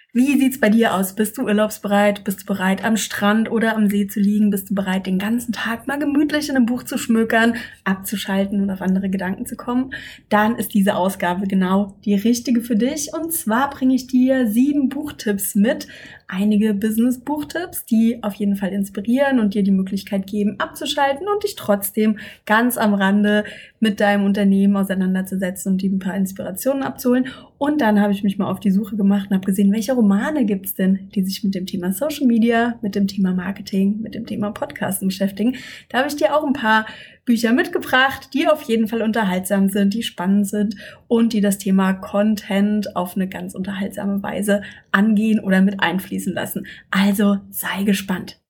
Wie sieht's bei dir aus? Bist du urlaubsbereit? Bist du bereit, am Strand oder am See zu liegen? Bist du bereit, den ganzen Tag mal gemütlich in einem Buch zu schmökern, abzuschalten und auf andere Gedanken zu kommen? Dann ist diese Ausgabe genau die richtige für dich. Und zwar bringe ich dir 7 Buchtipps mit. Einige Business-Buchtipps, die auf jeden Fall inspirieren und dir die Möglichkeit geben, abzuschalten und dich trotzdem ganz am Rande mit deinem Unternehmen auseinanderzusetzen und dir ein paar Inspirationen abzuholen. Und dann habe ich mich mal auf die Suche gemacht und habe gesehen, welche Romane gibt's denn, die sich mit dem Thema Social Media, mit dem Thema Marketing, mit dem Thema Podcasting beschäftigen. Da habe ich dir auch ein paar Bücher mitgebracht, die auf jeden Fall unterhaltsam sind, die spannend sind und die das Thema Content auf eine ganz unterhaltsame Weise angehen oder mit einfließen lassen. Also sei gespannt.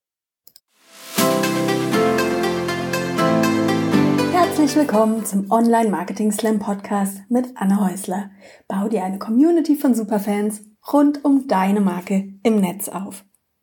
Herzlich willkommen zum Online-Marketing-Slam-Podcast mit Anne Häusler. Bau dir eine Community von Superfans rund um deine Marke im Netz auf.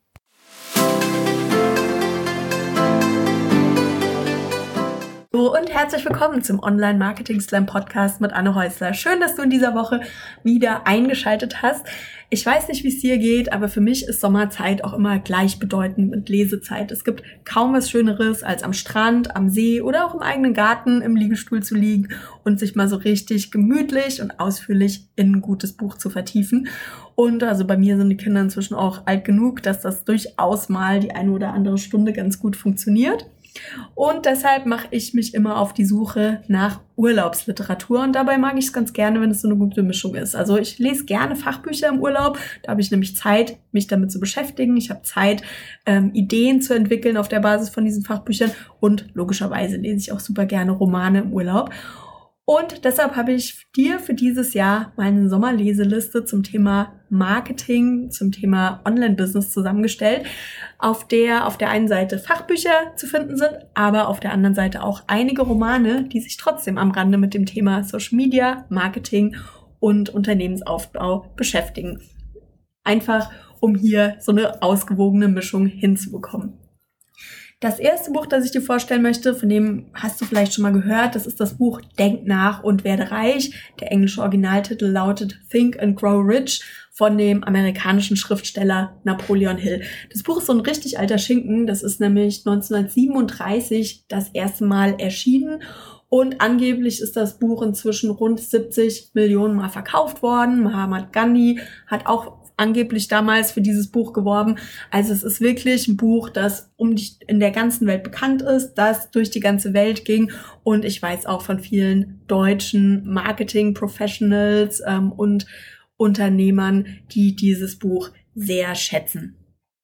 Hallo und herzlich willkommen zum Online-Marketing-Slam-Podcast mit Anne Häusler. Schön, dass du in dieser Woche wieder eingeschaltet hast. Ich weiß nicht, wie es dir geht, aber für mich ist Sommerzeit auch immer gleichbedeutend mit Lesezeit. Es gibt kaum was Schöneres, als am Strand, am See oder auch im eigenen Garten im Liegestuhl zu liegen und sich mal so richtig gemütlich und ausführlich in ein gutes Buch zu vertiefen. Und also bei mir sind die Kinder inzwischen auch alt genug, dass das durchaus mal die eine oder andere Stunde ganz gut funktioniert. Und deshalb mache ich mich immer auf die Suche nach Urlaubsliteratur und dabei mag ich es ganz gerne, wenn es so eine gute Mischung ist. Also ich lese gerne Fachbücher im Urlaub, da habe ich nämlich Zeit, mich damit zu beschäftigen. Ich habe Zeit, Ideen zu entwickeln auf der Basis von diesen Fachbüchern und logischerweise lese ich auch super gerne Romane im Urlaub. Und deshalb habe ich dir für dieses Jahr meine Sommerleseliste zum Thema Marketing, zum Thema Online-Business zusammengestellt, auf der einen Seite Fachbücher zu finden sind, aber auf der anderen Seite auch einige Romane, die sich trotzdem am Rande mit dem Thema Social Media, Marketing und Unternehmensaufbau beschäftigen. Einfach, um hier so eine ausgewogene Mischung hinzubekommen. Das erste Buch, das ich dir vorstellen möchte, von dem hast du vielleicht schon mal gehört, das ist das Buch Denk nach und werde reich. Der englische Originaltitel lautet Think and Grow Rich von dem amerikanischen Schriftsteller Napoleon Hill. Das Buch ist so ein richtig alter Schinken, das ist nämlich 1937 das erste Mal erschienen. Und angeblich ist das Buch inzwischen rund 70 Millionen Mal verkauft worden. Mahatma Gandhi hat auch angeblich damals für dieses Buch geworben. Also es ist wirklich ein Buch, das in der ganzen Welt bekannt ist, das durch die ganze Welt ging. Und ich weiß auch von vielen deutschen Marketing-Professionals und Unternehmern, die dieses Buch sehr schätzen.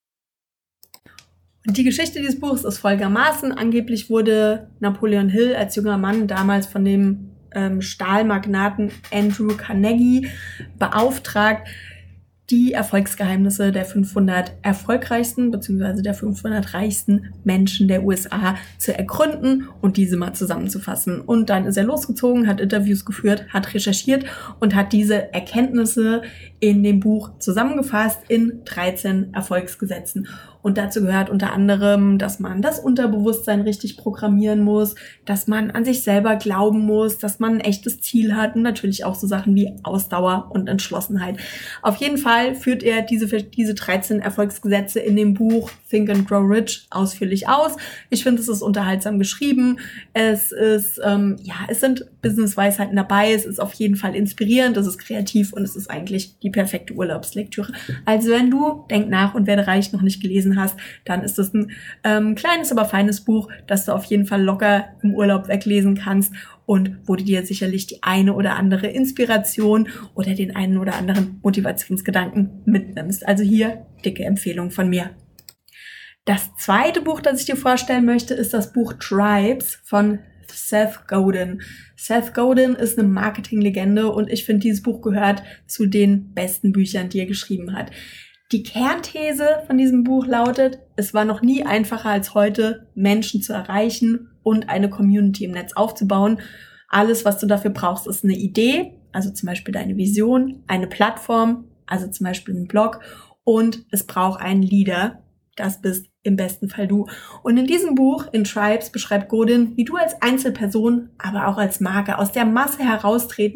Und die Geschichte dieses Buchs ist folgendermaßen. Angeblich wurde Napoleon Hill als junger Mann damals von dem Stahlmagnaten Andrew Carnegie beauftragt, die Erfolgsgeheimnisse der 500 erfolgreichsten bzw. der 500 reichsten Menschen der USA zu ergründen und diese mal zusammenzufassen. Und dann ist er losgezogen, hat Interviews geführt, hat recherchiert und hat diese Erkenntnisse in dem Buch zusammengefasst in 13 Erfolgsgesetzen. Und dazu gehört unter anderem, dass man das Unterbewusstsein richtig programmieren muss, dass man an sich selber glauben muss, dass man ein echtes Ziel hat und natürlich auch so Sachen wie Ausdauer und Entschlossenheit. Auf jeden Fall führt er diese 13 Erfolgsgesetze in dem Buch Think and Grow Rich ausführlich aus. Ich finde, es ist unterhaltsam geschrieben. Es ist, es sind Business-Weisheiten dabei. Es ist auf jeden Fall inspirierend, es ist kreativ und es ist eigentlich die perfekte Urlaubslektüre. Also wenn du Denk nach und werde reich noch nicht gelesen hast, dann ist es ein kleines, aber feines Buch, das du auf jeden Fall locker im Urlaub weglesen kannst und wo du dir sicherlich die eine oder andere Inspiration oder den einen oder anderen Motivationsgedanken mitnimmst. Also hier dicke Empfehlung von mir. Das zweite Buch, das ich dir vorstellen möchte, ist das Buch Tribes von Seth Godin. Seth Godin ist eine Marketinglegende und ich finde, dieses Buch gehört zu den besten Büchern, die er geschrieben hat. Die Kernthese von diesem Buch lautet, es war noch nie einfacher als heute, Menschen zu erreichen und eine Community im Netz aufzubauen. Alles, was du dafür brauchst, ist eine Idee, also zum Beispiel deine Vision, eine Plattform, also zum Beispiel einen Blog und es braucht einen Leader. Das bist im besten Fall du. Und in diesem Buch, in Tribes, beschreibt Godin, wie du als Einzelperson, aber auch als Marke aus der Masse heraustreten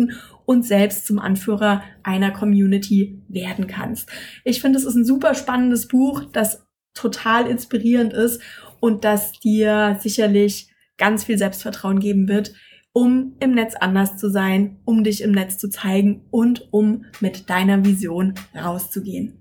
und selbst zum Anführer einer Community werden kannst. Ich finde, es ist ein super spannendes Buch, das total inspirierend ist und das dir sicherlich ganz viel Selbstvertrauen geben wird, um im Netz anders zu sein, um dich im Netz zu zeigen und um mit deiner Vision rauszugehen.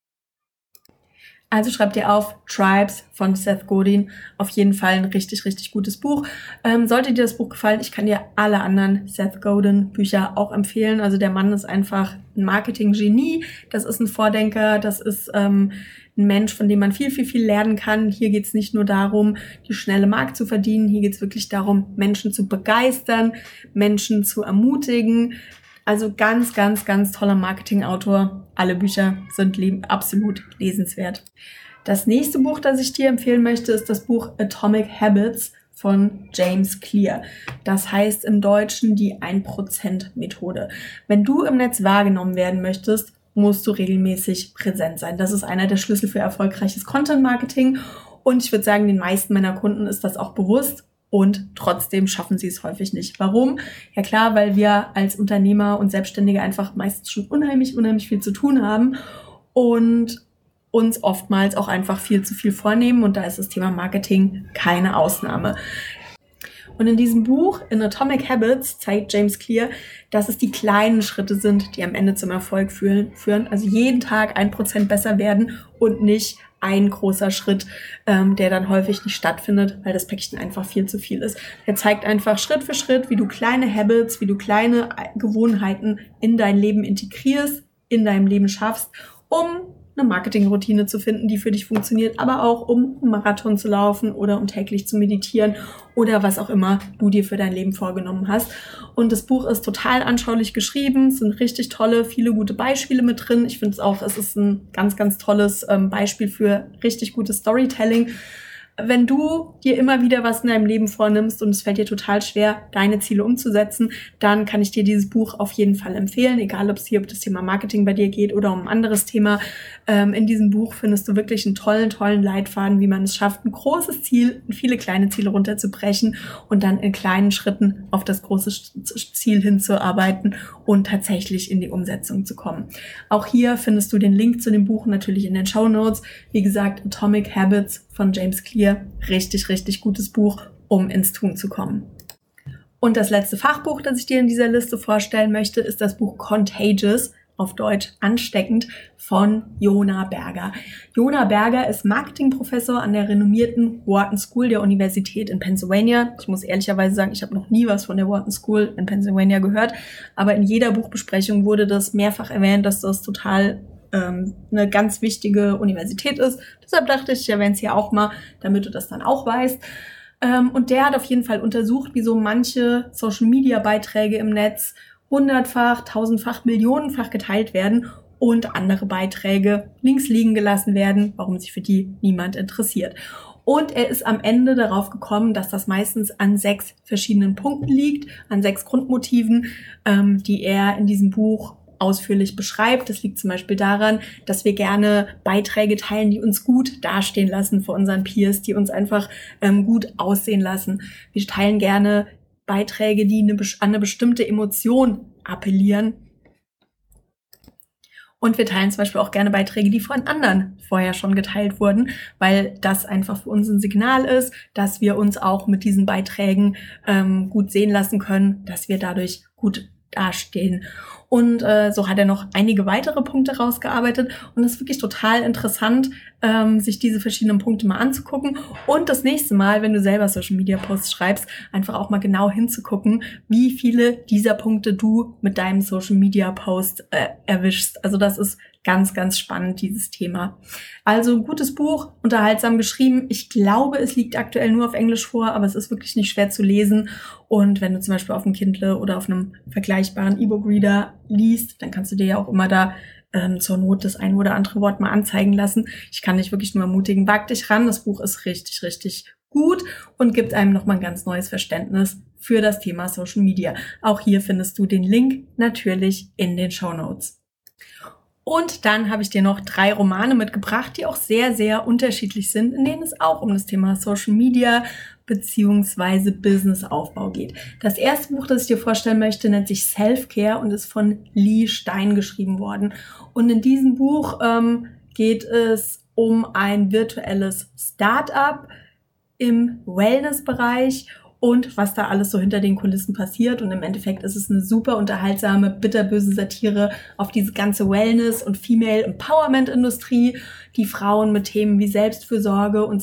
Also schreib dir auf Tribes von Seth Godin. Auf jeden Fall ein richtig, richtig gutes Buch. Sollte dir das Buch gefallen, ich kann dir alle anderen Seth Godin Bücher auch empfehlen. Also der Mann ist einfach ein Marketing-Genie. Das ist ein Vordenker. Das ist ein Mensch, von dem man viel, viel, viel lernen kann. Hier geht's nicht nur darum, die schnelle Mark zu verdienen. Hier geht's wirklich darum, Menschen zu begeistern, Menschen zu ermutigen. Also ganz, ganz, ganz toller Marketingautor. Alle Bücher sind absolut lesenswert. Das nächste Buch, das ich dir empfehlen möchte, ist das Buch Atomic Habits von James Clear. Das heißt im Deutschen die 1%-Methode. Wenn du im Netz wahrgenommen werden möchtest, musst du regelmäßig präsent sein. Das ist einer der Schlüssel für erfolgreiches Content-Marketing. Und ich würde sagen, den meisten meiner Kunden ist das auch bewusst. Und trotzdem schaffen sie es häufig nicht. Warum? Ja klar, weil wir als Unternehmer und Selbstständige einfach meistens schon unheimlich viel zu tun haben und uns oftmals auch einfach viel zu viel vornehmen. Und da ist das Thema Marketing keine Ausnahme. Und in diesem Buch, in Atomic Habits, zeigt James Clear, dass es die kleinen Schritte sind, die am Ende zum Erfolg führen. Also jeden Tag 1% besser werden und nicht ein großer Schritt, der dann häufig nicht stattfindet, weil das Päckchen einfach viel zu viel ist. Er zeigt einfach Schritt für Schritt, wie du kleine Habits, wie du kleine Gewohnheiten in dein Leben integrierst, in deinem Leben schaffst, um eine Marketingroutine zu finden, die für dich funktioniert, aber auch um einen Marathon zu laufen oder um täglich zu meditieren oder was auch immer du dir für dein Leben vorgenommen hast. Und das Buch ist total anschaulich geschrieben, es sind richtig tolle, viele gute Beispiele mit drin. Ich finde es auch, es ist ein ganz, ganz tolles Beispiel für richtig gutes Storytelling. Wenn du dir immer wieder was in deinem Leben vornimmst und es fällt dir total schwer, deine Ziele umzusetzen, dann kann ich dir dieses Buch auf jeden Fall empfehlen, egal ob es hier um das Thema Marketing bei dir geht oder um ein anderes Thema. In diesem Buch findest du wirklich einen tollen Leitfaden, wie man es schafft, ein großes Ziel in viele kleine Ziele runterzubrechen und dann in kleinen Schritten auf das große Ziel hinzuarbeiten und tatsächlich in die Umsetzung zu kommen. Auch hier findest du den Link zu dem Buch natürlich in den Shownotes. Wie gesagt, Atomic Habits von James Clear. Richtig, richtig gutes Buch, um ins Tun zu kommen. Und das letzte Fachbuch, das ich dir in dieser Liste vorstellen möchte, ist das Buch Contagious, auf Deutsch ansteckend, von Jona Berger. Jona Berger ist Marketingprofessor an der renommierten Wharton School der Universität in Pennsylvania. Ich muss ehrlicherweise sagen, ich habe noch nie was von der Wharton School in Pennsylvania gehört, aber in jeder Buchbesprechung wurde das mehrfach erwähnt, dass das total eine ganz wichtige Universität ist. Deshalb dachte ich erwähne es hier auch mal, damit du das dann auch weißt. Und der hat auf jeden Fall untersucht, wieso manche Social-Media-Beiträge im Netz 100-fach, 1000-fach, millionenfach geteilt werden und andere Beiträge links liegen gelassen werden, warum sich für die niemand interessiert. Und er ist am Ende darauf gekommen, dass das meistens an 6 verschiedenen Punkten liegt, an 6 Grundmotiven, die er in diesem Buch ausführlich beschreibt. Das liegt zum Beispiel daran, dass wir gerne Beiträge teilen, die uns gut dastehen lassen vor unseren Peers, die uns einfach gut aussehen lassen. Wir teilen gerne Beiträge, die an eine bestimmte Emotion appellieren. Und wir teilen zum Beispiel auch gerne Beiträge, die von anderen vorher schon geteilt wurden, weil das einfach für uns ein Signal ist, dass wir uns auch mit diesen Beiträgen gut sehen lassen können, dass wir dadurch gut dastehen. Und so hat er noch einige weitere Punkte rausgearbeitet und es ist wirklich total interessant, sich diese verschiedenen Punkte mal anzugucken und das nächste Mal, wenn du selber Social Media Posts schreibst, einfach auch mal genau hinzugucken, wie viele dieser Punkte du mit deinem Social Media Post erwischst. Also das ist ganz, ganz spannend, dieses Thema. Also gutes Buch, unterhaltsam geschrieben. Ich glaube, es liegt aktuell nur auf Englisch vor, aber es ist wirklich nicht schwer zu lesen. Und wenn du zum Beispiel auf einem Kindle oder auf einem vergleichbaren E-Book-Reader liest, dann kannst du dir ja auch immer da zur Not das ein oder andere Wort mal anzeigen lassen. Ich kann dich wirklich nur ermutigen, wag dich ran. Das Buch ist richtig, richtig gut und gibt einem nochmal ein ganz neues Verständnis für das Thema Social Media. Auch hier findest du den Link natürlich in den Shownotes. Und dann habe ich dir noch 3 Romane mitgebracht, die auch sehr, sehr unterschiedlich sind, in denen es auch um das Thema Social Media beziehungsweise Businessaufbau geht. Das erste Buch, das ich dir vorstellen möchte, nennt sich Self-Care und ist von Leigh Stein geschrieben worden. Und in diesem Buch geht es um ein virtuelles Start-up im Wellness-Bereich und was da alles so hinter den Kulissen passiert. Und im Endeffekt ist es eine super unterhaltsame, bitterböse Satire auf diese ganze Wellness- und Female-Empowerment-Industrie, die Frauen mit Themen wie Selbstfürsorge und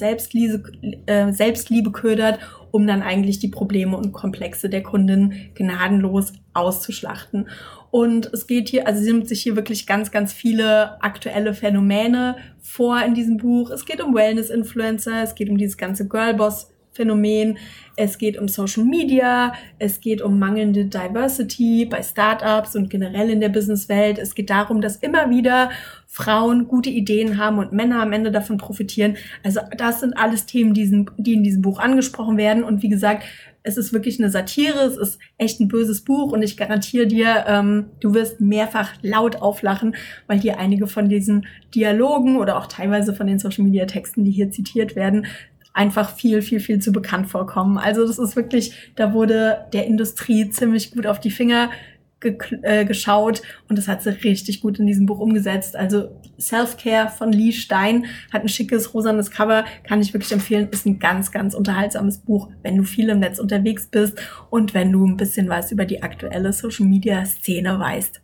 Selbstliebe ködert, um dann eigentlich die Probleme und Komplexe der Kundin gnadenlos auszuschlachten. Und es geht hier, also sie nimmt sich hier wirklich ganz, ganz viele aktuelle Phänomene vor in diesem Buch. Es geht um Wellness-Influencer, es geht um dieses ganze Girlboss-Phänomen, es geht um Social Media, es geht um mangelnde Diversity bei Startups und generell in der Businesswelt. Es geht darum, dass immer wieder Frauen gute Ideen haben und Männer am Ende davon profitieren. Also das sind alles Themen, die in diesem Buch angesprochen werden. Und wie gesagt, es ist wirklich eine Satire, es ist echt ein böses Buch und ich garantiere dir, du wirst mehrfach laut auflachen, weil hier einige von diesen Dialogen oder auch teilweise von den Social-Media-Texten, die hier zitiert werden, einfach viel, viel, viel zu bekannt vorkommen. Also das ist wirklich, da wurde der Industrie ziemlich gut auf die Finger geschaut und das hat sie richtig gut in diesem Buch umgesetzt. Also Self-Care von Leigh Stein hat ein schickes, rosanes Cover, kann ich wirklich empfehlen, ist ein ganz, ganz unterhaltsames Buch, wenn du viel im Netz unterwegs bist und wenn du ein bisschen was über die aktuelle Social-Media-Szene weißt.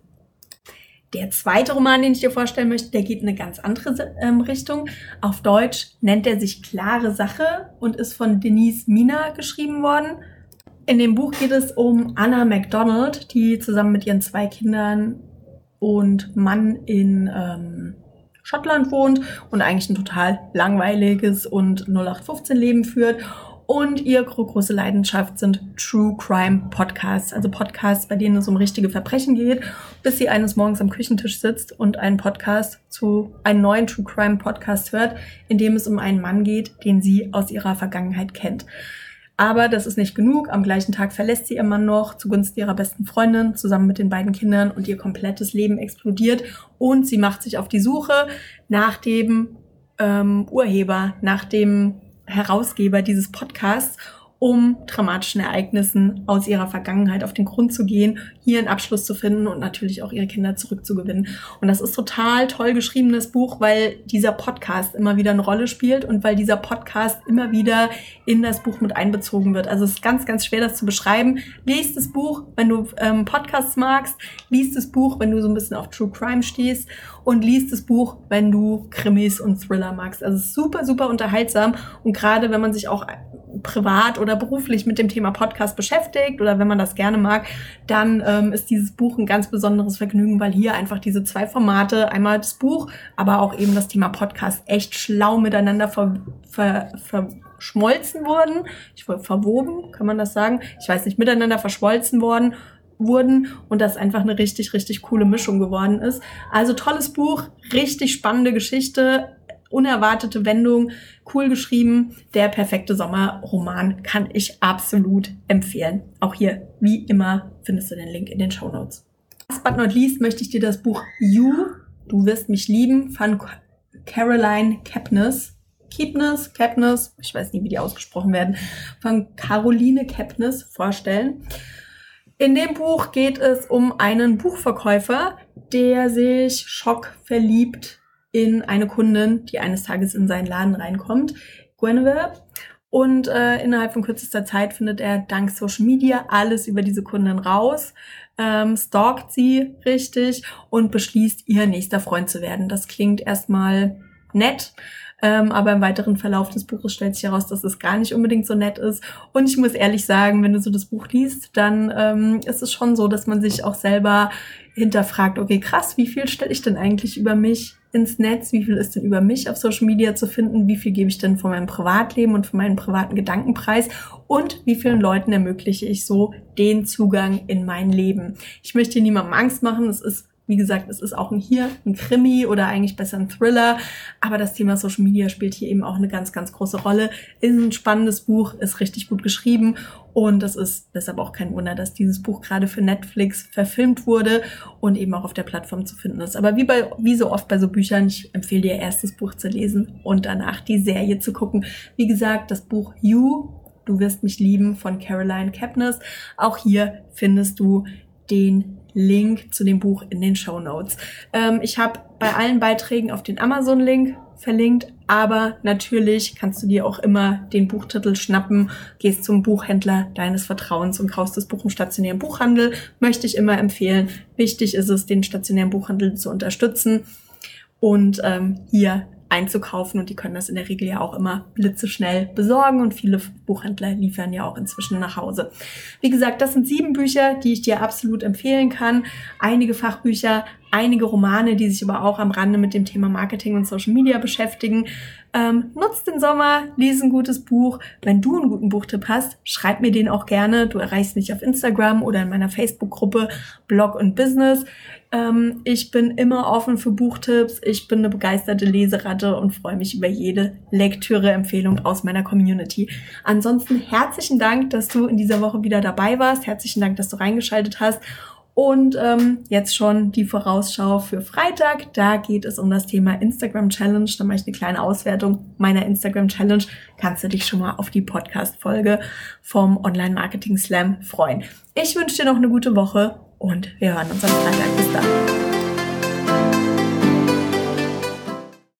Der zweite Roman, den ich dir vorstellen möchte, der geht in eine ganz andere Richtung. Auf Deutsch nennt er sich Klare Sache und ist von Denise Mina geschrieben worden. In dem Buch geht es um Anna MacDonald, die zusammen mit ihren 2 Kindern und Mann in Schottland wohnt und eigentlich ein total langweiliges und 0815-Leben führt. Und ihre große Leidenschaft sind True Crime Podcasts, also Podcasts, bei denen es um richtige Verbrechen geht, bis sie eines Morgens am Küchentisch sitzt und einen neuen True Crime Podcast hört, in dem es um einen Mann geht, den sie aus ihrer Vergangenheit kennt. Aber das ist nicht genug. Am gleichen Tag verlässt sie ihren Mann noch zugunsten ihrer besten Freundin zusammen mit den beiden Kindern und ihr komplettes Leben explodiert. Und sie macht sich auf die Suche nach dem Urheber, nach dem Herausgeber dieses Podcasts, um dramatischen Ereignissen aus ihrer Vergangenheit auf den Grund zu gehen, hier einen Abschluss zu finden und natürlich auch ihre Kinder zurückzugewinnen. Und das ist total toll geschriebenes Buch, weil dieser Podcast immer wieder eine Rolle spielt und weil dieser Podcast immer wieder in das Buch mit einbezogen wird. Also es ist ganz, ganz schwer, das zu beschreiben. Lies das Buch, wenn du Podcasts magst, lies das Buch, wenn du so ein bisschen auf True Crime stehst und lies das Buch, wenn du Krimis und Thriller magst. Also es ist super, super unterhaltsam und gerade wenn man sich auch privat oder beruflich mit dem Thema Podcast beschäftigt oder wenn man das gerne mag, dann ist dieses Buch ein ganz besonderes Vergnügen, weil hier einfach diese 2 Formate, einmal das Buch, aber auch eben das Thema Podcast echt schlau miteinander verschmolzen wurden. Verwoben, kann man das sagen? Ich weiß nicht, miteinander verschmolzen wurden und das einfach eine richtig, richtig coole Mischung geworden ist. Also tolles Buch, richtig spannende Geschichte, unerwartete Wendung, cool geschrieben. Der perfekte Sommerroman kann ich absolut empfehlen. Auch hier, wie immer, findest du den Link in den Shownotes. Last but not least möchte ich dir das Buch You, Du wirst mich lieben, von Caroline Kepnes, ich weiß nie, wie die ausgesprochen werden, von Caroline Kepnes vorstellen. In dem Buch geht es um einen Buchverkäufer, der sich schockverliebt in eine Kundin, die eines Tages in seinen Laden reinkommt, Guinevere. Und innerhalb von kürzester Zeit findet er dank Social Media alles über diese Kundin raus, stalkt sie richtig und beschließt, ihr nächster Freund zu werden. Das klingt erstmal nett, aber im weiteren Verlauf des Buches stellt sich heraus, dass es gar nicht unbedingt so nett ist. Und ich muss ehrlich sagen, wenn du so das Buch liest, dann ist es schon so, dass man sich auch selber hinterfragt, okay, krass, wie viel stelle ich denn eigentlich über mich ins Netz? Wie viel ist denn über mich auf Social Media zu finden? Wie viel gebe ich denn von meinem Privatleben und von meinen privaten Gedanken preis? Und wie vielen Leuten ermögliche ich so den Zugang in mein Leben? Ich möchte niemandem Angst machen. Es ist Wie gesagt, es ist auch hier ein Krimi oder eigentlich besser ein Thriller, aber das Thema Social Media spielt hier eben auch eine ganz, ganz große Rolle. Ist ein spannendes Buch, ist richtig gut geschrieben und es ist deshalb auch kein Wunder, dass dieses Buch gerade für Netflix verfilmt wurde und eben auch auf der Plattform zu finden ist. Aber wie so oft bei so Büchern, ich empfehle dir erst das Buch zu lesen und danach die Serie zu gucken. Wie gesagt, das Buch You, Du wirst mich lieben von Caroline Kepnes. Auch hier findest du den Link zu dem Buch in den Shownotes. Ich habe bei allen Beiträgen auf den Amazon-Link verlinkt, aber natürlich kannst du dir auch immer den Buchtitel schnappen, gehst zum Buchhändler deines Vertrauens und kaufst das Buch im stationären Buchhandel. Möchte ich immer empfehlen. Wichtig ist es, den stationären Buchhandel zu unterstützen und hier einzukaufen, und die können das in der Regel ja auch immer blitzeschnell besorgen und viele Buchhändler liefern ja auch inzwischen nach Hause. Wie gesagt, das sind 7 Bücher, die ich dir absolut empfehlen kann. Einige Fachbücher, einige Romane, die sich aber auch am Rande mit dem Thema Marketing und Social Media beschäftigen. Nutzt den Sommer, lies ein gutes Buch. Wenn du einen guten Buchtipp hast, schreib mir den auch gerne. Du erreichst mich auf Instagram oder in meiner Facebook-Gruppe Blog und Business. Ich bin immer offen für Buchtipps. Ich bin eine begeisterte Leseratte und freue mich über jede Lektüre-Empfehlung aus meiner Community. Ansonsten herzlichen Dank, dass du in dieser Woche wieder dabei warst. Herzlichen Dank, dass du reingeschaltet hast. Und jetzt schon die Vorausschau für Freitag. Da geht es um das Thema Instagram Challenge. Da mache ich eine kleine Auswertung meiner Instagram Challenge. Kannst du dich schon mal auf die Podcast-Folge vom Online Marketing Slam freuen. Ich wünsche dir noch eine gute Woche und wir hören uns am Freitag. Bis dann.